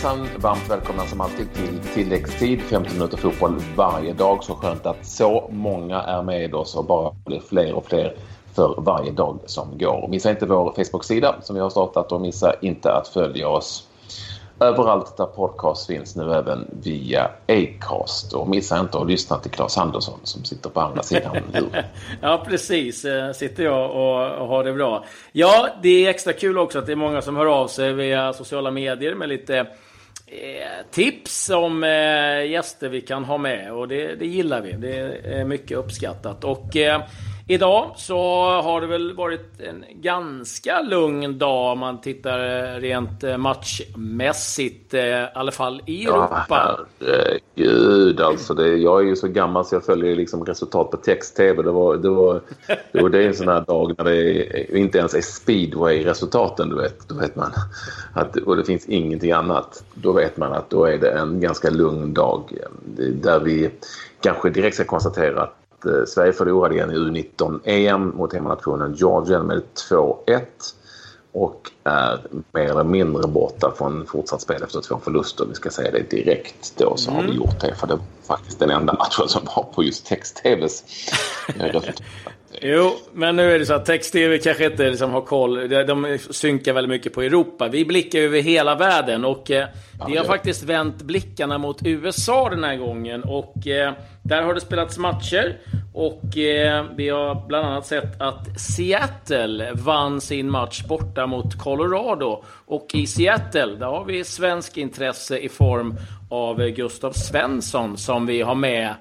Hejsan, varmt välkomna som alltid till tilläggstid, 15 minuter fotboll varje dag. Så skönt att så många är med oss och bara blir fler och fler för varje dag som går. Missa inte vår Facebook-sida som vi har startat och missa inte att följa oss överallt där podcast finns, nu även via Acast. Och missa inte att lyssna till Claes Andersson som sitter på andra sidan. Ja, precis. Sitter jag och har det bra. Ja, det är extra kul också att det är många som hör av sig via sociala medier med lite tips om gäster vi kan ha med. Och det gillar vi. Det är mycket uppskattat. Och idag så har det väl varit en ganska lugn dag om man tittar rent matchmässigt, i alla fall i Europa. Ja, herregud, alltså jag är ju så gammal så jag följer liksom resultat på text-tv. Det är en sån här dag när det inte ens är speedway-resultaten, du vet. Då vet man att, och det finns ingenting annat. Då vet man att då är det en ganska lugn dag där vi kanske direkt ska konstatera att Sverige förlorade igen i U19-EM mot hemmanationen Georgien med 2-1 och är mer eller mindre borta från fortsatt spel efter 2 förluster. Vi ska säga det direkt då, så har vi gjort det, för det var faktiskt den enda matchen som var på just text-tvs resultat. Jo, men nu är det så att text-tv kanske inte liksom har koll. De synkar väldigt mycket på Europa. Vi blickar över hela världen och vi har faktiskt vänt blickarna mot USA den här gången. Och där har det spelats matcher. Och vi har bland annat sett att Seattle vann sin match borta mot Colorado. Och i Seattle, där har vi svensk intresse i form av Gustav Svensson som vi har med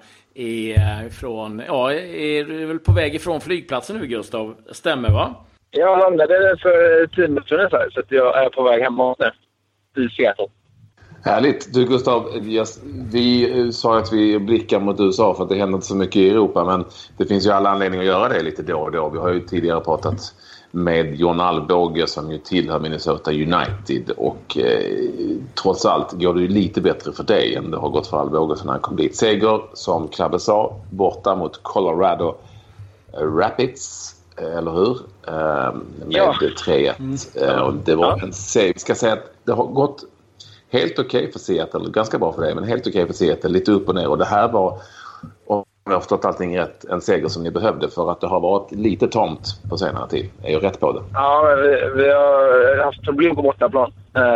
är väl på väg ifrån flygplatsen nu, Gustav. Stämmer, va? Jag landade för 10 minuter ungefär, så att jag är på väg hemma i Seattle. Härligt. Du, Gustav, vi sa att vi blickar mot USA för att det händer inte så mycket i Europa, men det finns ju alla anledningar att göra det lite då och då. Vi har ju tidigare pratat med John Alvbåge som ju tillhör Minnesota United och trots allt går det ju lite bättre för dig än det har gått för Alvbåge när han kom dit. Seger, som Klabbe sa, borta mot Colorado Rapids, eller hur? Med 3-1. Och det var en seger. Vi ska säga att det har gått helt okej för Seattle, ganska bra för dig, men helt okej för Seattle, lite upp och ner. Och det här var, om jag har förstått allting rätt, en seger som ni behövde för att det har varit lite tomt på senare tid. Är jag rätt på det? Ja, vi har haft problem på bortaplan.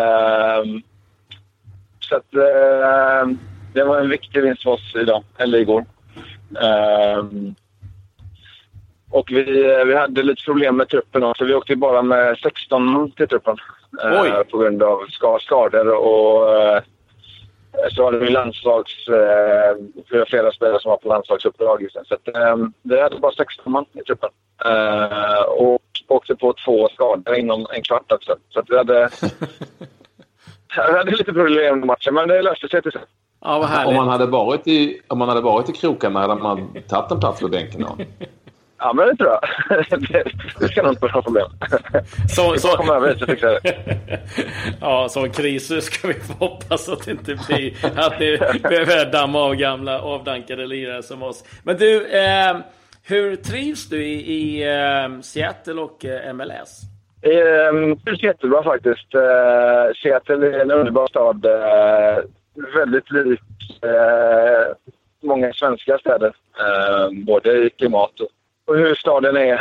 Så att det var en viktig vinst för oss idag, eller igår. Och vi hade lite problem med truppen också. Vi åkte bara med 16 till truppen. På grund av skador och så hade vi flera spelare som var på landslagsuppdrag. Så att, vi hade bara 16 man i truppen. Och åkte på 2 skador inom en kvart också. Så att vi hade lite problem med matchen, men det löste sig till sig. Ja, vad härligt. Om man hade varit i krokarna hade man tagit en plats på bänken då. Ja, men det tror jag. Det ska nog inte vara problem. Så kommer över så fixar det. Ja, som kris ska vi hoppas att det inte blir att ni behöver damma av gamla avdankade lirare som oss. Men du, hur trivs du i Seattle och MLS? Det är jättebra faktiskt. Seattle är en underbar stad. Väldigt lik många svenska städer. Både i klimat och hur staden är.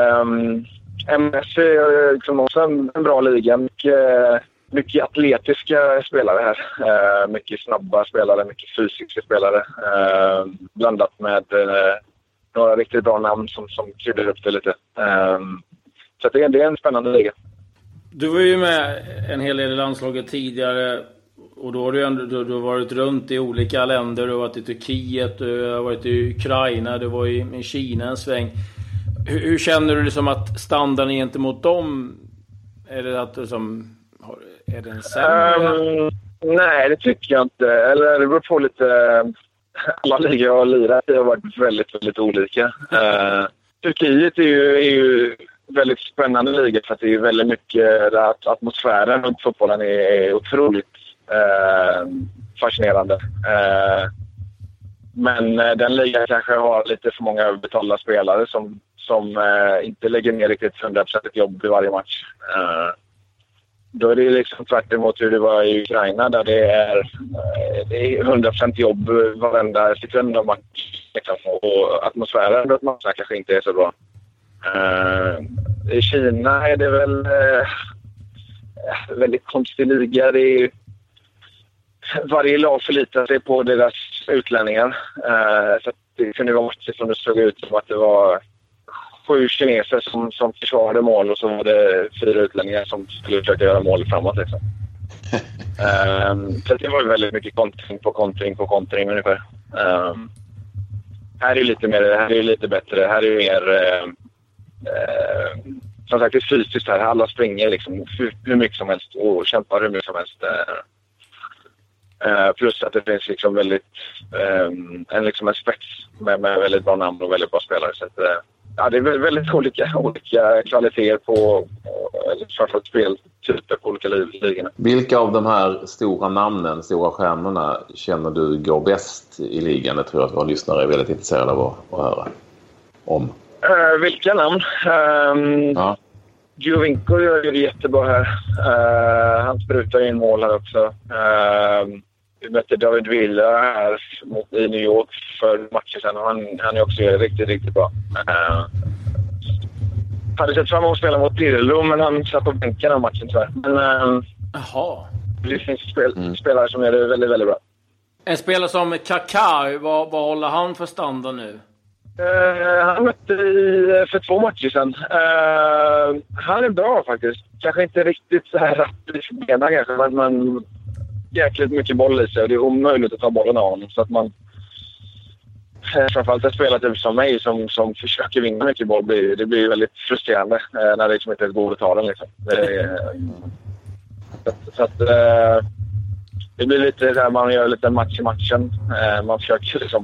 MS är liksom också en bra liga. Mycket atletiska spelare här. Mycket snabba spelare, mycket fysiska spelare. Blandat med några riktigt bra namn som kryddar upp det lite. Så det är en spännande liga. Du var ju med en hel del i landslaget tidigare. Och då har du har varit runt i olika länder. Du har varit i Turkiet, du har varit i Ukraina, du var i Kina en sväng. Hur känner du liksom att standarden gentemot dem? Är det att är det en sämre? Nej, det tycker jag inte. Eller det beror på lite. Alla ligor jag har lirat i har varit väldigt, väldigt olika. Turkiet är ju väldigt spännande liga för att det är väldigt mycket att atmosfären runt fotbollen är otroligt fascinerande. Men den ligan kanske har lite för många överbetalda spelare som inte lägger ner riktigt 100% jobb i varje match. Då är det liksom tvärt emot hur det var i Ukraina där det är 100% jobb varenda sekund av match. Liksom, och atmosfären runt matcherna kanske inte är så bra. I Kina är det väl väldigt konstig liga. Det är varje lag förlitar sig på deras utlänningar. Så att det kunde vara matcher som det såg ut som att det var 7 kineser som försvarade mål och så var det 4 utlänningar som skulle försöka göra mål framåt. Liksom. Så det var väldigt mycket kontring ungefär. Här är lite mer, här är lite bättre. Här är mer som sagt, det är fysiskt här. Alla springer liksom hur mycket som helst och kämpar hur mycket som helst. Plus att det finns liksom väldigt en spets med väldigt bra namn och väldigt bra spelare. Så att, det är väldigt olika kvaliteter på framförallt speltyper på olika ligorna. Vilka av de här stora namnen, stora stjärnorna känner du går bäst i ligan? Det tror jag att våra lyssnare är väldigt intresserade av att höra om. Vilka namn? Giovinco gör det jättebra här. Han sprutar in mål här också. Vi mötte David Villa här i New York för matchen sen och han är också riktigt, riktigt bra. Hade sett fram emot att spela mot Pirlo, men han satt på bänken av matchen tyvärr. Men det finns spelare som gör det väldigt, väldigt bra. En spelare som Kaká, vad håller han för standard nu? Han mötte för 2 matcher sedan. Han är bra faktiskt. Kanske inte riktigt så här rapp i benen kanske, men jäkligt mycket boll i sig och det är omöjligt att ta bollen av honom. Så att man framförallt ett spelare som mig som försöker vinna mycket boll det blir väldigt frustrerande när det liksom inte är god att ta den liksom. Så att det blir lite där man gör lite match i matchen. Man försöker liksom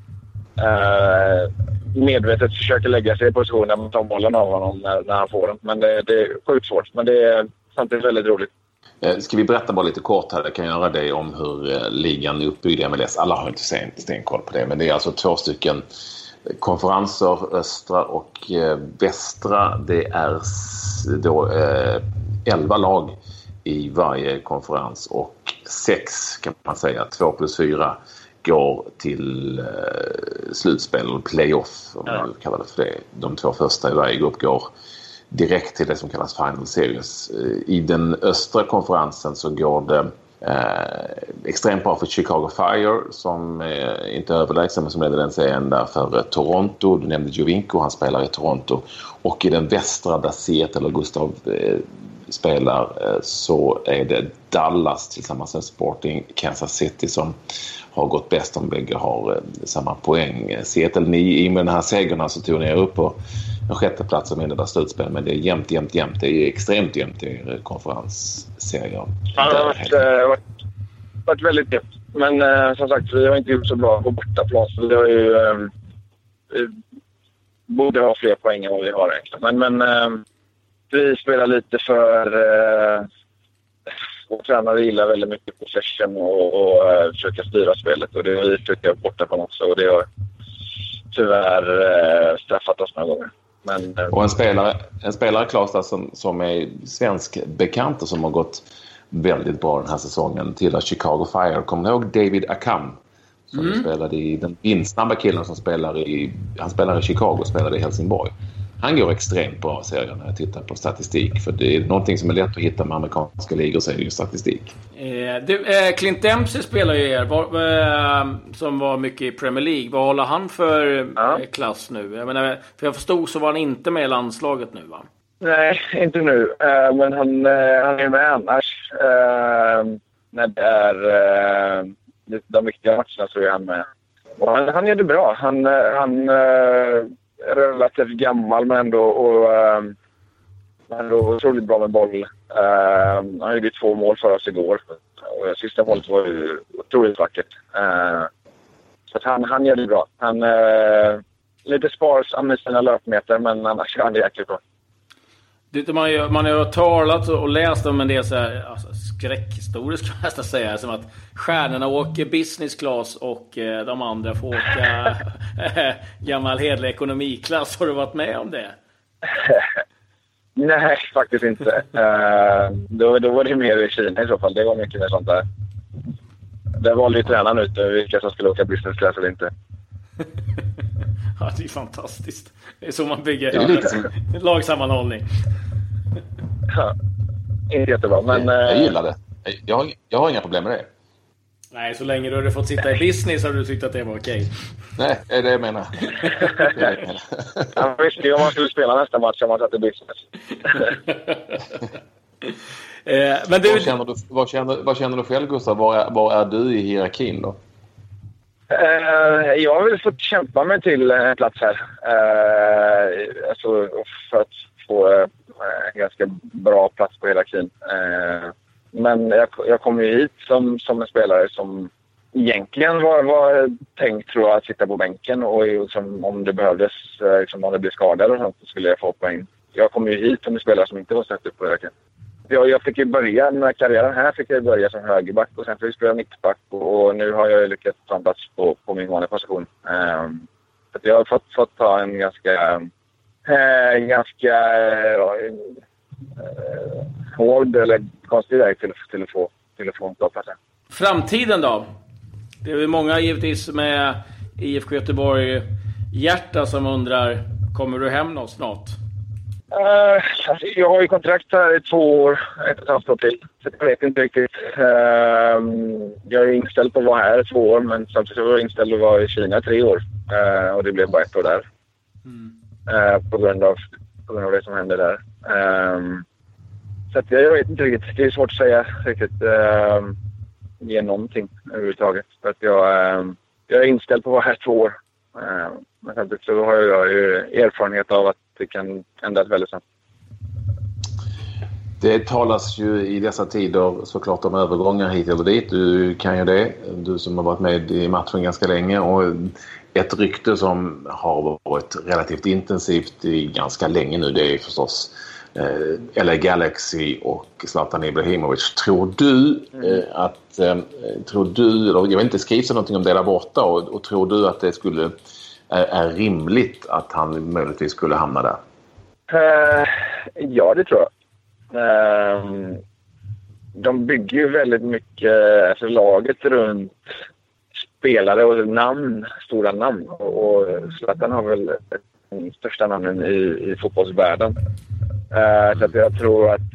medvetet försöker lägga sig i positionen när man tar bollen av honom när han får den. Men det är sjukt svårt, men det är samtidigt väldigt roligt. Ska vi berätta bara lite kort här, jag kan göra det om hur ligan är uppbyggd i MLS. Alla har inte stenkoll på det, men det är alltså 2 stycken konferenser, östra och västra. Det är då 11 lag i varje konferens och 6 kan man säga, 2+4 går till slutspel eller playoff om man kallar det för det. De 2 första i varje grupp går direkt till det som kallas Final Series. I den östra konferensen så går det extremt bra för Chicago Fire som inte är överlägsen men som leder den serien där för Toronto. Du nämnde Giovinco, han spelar i Toronto. Och i den västra där Seattle eller Gustav spelar så är det Dallas tillsammans med Sporting Kansas City som har gått bäst. De bägge har samma poäng. Seattle, i med den här segerna så tog ni upp på en 6:e plats som innebär slutspel, men det är jämnt. Det är extremt jämnt i konferensserien. Det har varit väldigt jämnt. Men som sagt, vi har inte gjort så bra på bortaplan. Vi har ju borde ha fler poäng än vad vi har egentligen. Men vi spelar lite för och tränare gillar väldigt mycket possession och försöka styra spelet. Och det har vi försökt borta på något så. Och det har tyvärr straffat oss några gånger. Och en spelare Claes, som är svensk bekant och som har gått väldigt bra den här säsongen till Chicago Fire. Kommer ni ihåg David Akam som spelade i den vinstsnabba killen som spelar i Chicago och spelade i Helsingborg. Han går extremt bra serien när jag tittar på statistik. För det är någonting som är lätt att hitta med amerikanska ligor, så är det ju statistik. Clint Dempsey spelar ju som var mycket i Premier League. Vad håller han för klass nu? Jag menar, för jag förstod så var han inte med i landslaget nu, va? Nej, inte nu. Men han är med annars. När det är de viktiga matcherna så är han med. Och han gör det bra. Han relativt gammal men ändå otroligt bra med boll. Han gjorde 2 mål för oss igår och sista målet var ju otroligt vackert. Så att han gör det bra. Han lite sparsam med sina löpmeter, men annars är han jäkligt bra. Man har ju talat och läst om en del så här, alltså, skräckhistorisk kan jag nästan säga, som att stjärnorna åker business class och de andra får åka gammal hedlig ekonomiklass. Har du varit med om det? Nej, faktiskt inte. Då var det mer i Kina i så fall. Det var mycket mer sånt där. Det var lite tränaren ute vilka som skulle åka business class eller inte. Ja, det är fantastiskt. Det är så man bygger lagsammanhållning. Ja, inte jättebra, men... Jag gillar det. Jag har inga problem med det. Nej, så länge du hade fått sitta i business har du tyckt att det var okej. Nej, det är det jag menar. Jag visste ju om man skulle spela nästa match om man satt i business. Men du... Vad känner du själv, Gustav? Var är du i hierarkin då? Jag har väl fått kämpa mig till en plats här. Alltså för att få en ganska bra plats på hierarkin. Men jag kom ju hit som en spelare som egentligen var tänkt, tror jag, att sitta på bänken och som, om det behövdes, liksom, om det blev skadad och sånt, så skulle jag få poäng. Jag kom ju hit som en spelare som inte var sett upp på hierarkin. Jag fick ju börja med karriären här, fick jag börja som högerback och sen fick jag spela mittback och nu har jag lyckats ta en plats på min vanliga position. Så jag har fått ta en ganska hård eller konstig väg till att få en bra plats. Framtiden då? Det är ju många givetvis med IFK Göteborg hjärta som undrar, kommer du hem något snart? Jag har ju kontrakt här i 2 år, 1,5 år till. Så jag vet inte riktigt. Jag är inställd på att vara här i 2 år, men samtidigt var jag inställd att vara i Kina i 3 år. Och det blev bara 1 år där. På grund av det som hände där. Så att jag vet inte riktigt. Det är svårt att säga riktigt. Ge någonting överhuvudtaget. För att jag är inställd på att vara här 2 år. Men samtidigt så har jag ju erfarenhet av att det kan ändras väldigt snabbt. Det talas ju i dessa tider såklart om övergångar hit eller dit. Du kan ju det. Du som har varit med i matchen ganska länge. Och ett rykte som har varit relativt intensivt i ganska länge nu, det är förstås LA Galaxy och Zlatan Ibrahimovic. Tror du eller jag vet inte, skrivs det någonting om det där borta och tror du att det är rimligt att han möjligtvis skulle hamna där? Ja, det tror jag. De bygger ju väldigt mycket, alltså laget runt spelare och namn, stora namn. Och Zlatan har väl de största namnen i fotbollsvärlden. Så att jag tror att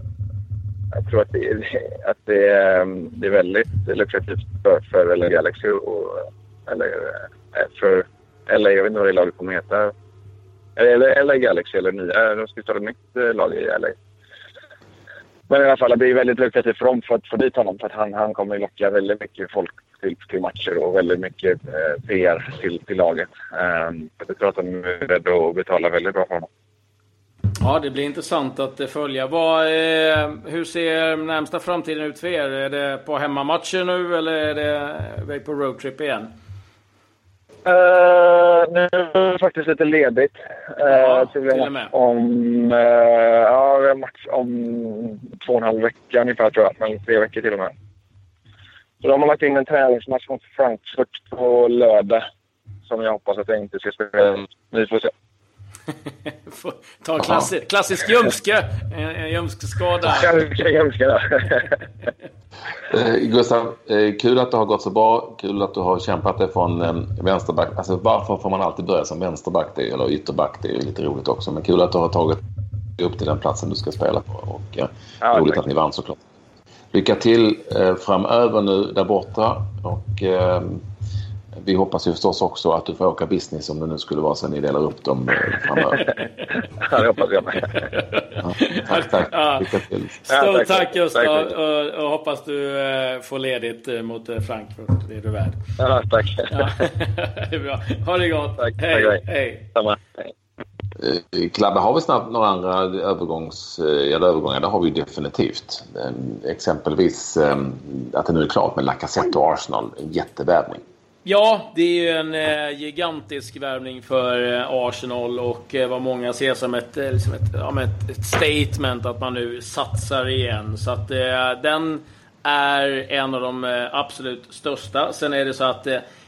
det är väldigt lukrativt för LA Galaxy eller för LA, jag vet inte vad det laget kommer heta. Eller LA Galaxy eller nya. De ska starta ett nytt lag i LA. Men i alla fall, det är väldigt lukrativt för dem för att få dit honom. För att han kommer locka väldigt mycket folk till matcher och väldigt mycket PR till laget. Jag tror att de är rädda att betala väldigt bra för honom. Ja, det blir intressant att följa. Hur ser närmsta framtiden ut för er? Är det på hemmamatcher nu eller är det väg på roadtrip igen? Nu är det faktiskt lite ledigt. Till och med. Vi har match om 2,5 veckor ungefär, tror jag. Men 3 veckor till och med. Så de har lagt in en träningsmatch mot Frankfurt på lördag. Som jag hoppas att jag inte ska spela. Vi får se. Ta klassisk ljumske. En ljumskskada. Gustav, kul att det har gått så bra. Kul att du har kämpat dig från vänsterback. Alltså, varför får man alltid börja som vänsterback eller ytterback? Det är lite roligt också. Men kul att du har tagit upp till den platsen du ska spela på. Och roligt att ni vann såklart. Lycka till framöver nu där borta. Och vi hoppas ju förstås också att du får åka business om det nu skulle vara så ni delar upp dem framöver. Ja, det hoppas jag med. Tack. Lycka till. Stort tack Gustav och hoppas du får ledigt mot Frankfurt. Det är du värd. Ja, tack. Ja. Det är bra. Ha det gott. Tack. Hej. Samma. Hej. Klabbe, har vi snabbt några andra övergångar? Det har vi definitivt. Exempelvis att det nu är klart med Lacazette och Arsenal. En jättevärvning. Ja, det är ju en gigantisk värvning för Arsenal och vad många ser som ett statement att man nu satsar igen. Så att den är en av de absolut största. Sen är det så att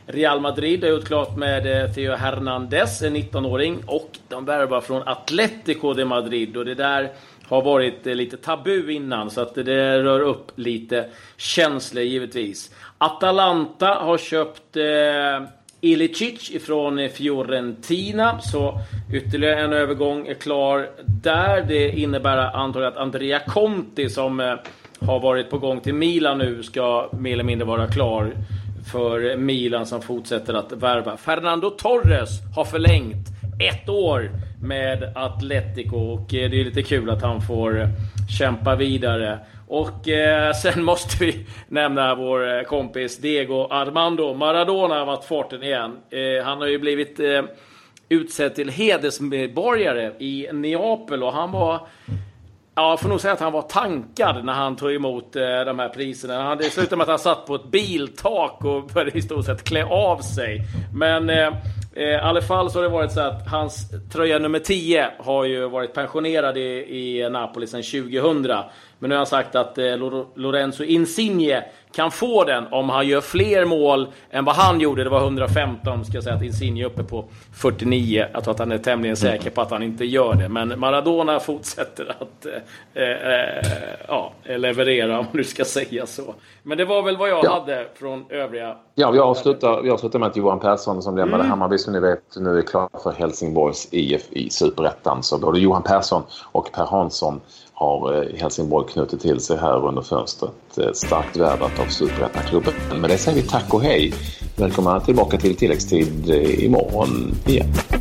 Real Madrid har gjort klart med Theo Hernandez, en 19-åring, och de värvar från Atletico de Madrid, och det där har varit lite tabu innan, så att det rör upp lite känslor givetvis. Atalanta har köpt Ilicic ifrån Fiorentina, så ytterligare en övergång är klar där. Det innebär antagligen att Andrea Conti, som har varit på gång till Milan nu, ska mer eller mindre vara klar för Milan, som fortsätter att värva. Fernando Torres har förlängt 1 år med Atletico, och det är lite kul att han får kämpa vidare. Och sen måste vi nämna vår kompis Diego Armando Maradona har varit farten igen. Han har ju blivit utsedd till hedersmedborgare i Neapel, och han var... Ja, jag får nog säga att han var tankad när han tog emot de här priserna. Det slutade med att han satt på ett biltak och började i stort sett klä av sig. Men i alla fall så har det varit så att hans tröja nummer 10 har ju varit pensionerad i Napoli sedan 2000. Men nu har han sagt att Lorenzo Insigne kan få den om han gör fler mål än vad han gjorde. Det var 115, ska jag säga, att Insigne är uppe på 49. Jag tror att han är tämligen säker på att han inte gör det. Men Maradona fortsätter att leverera, om du ska säga så. Men det var väl vad jag hade från övriga... Ja, vi avslutar med att Johan Persson, som lämnade Hammarby, som ni vet, nu är klar för Helsingborgs IF i Superettan. Så både Johan Persson och Per Hansson har Helsingborg knutit till sig här under fönstret. Starkt värvat av Superettan-klubben. Men det säger vi tack och hej. Välkomna tillbaka till tilläggstid imorgon igen.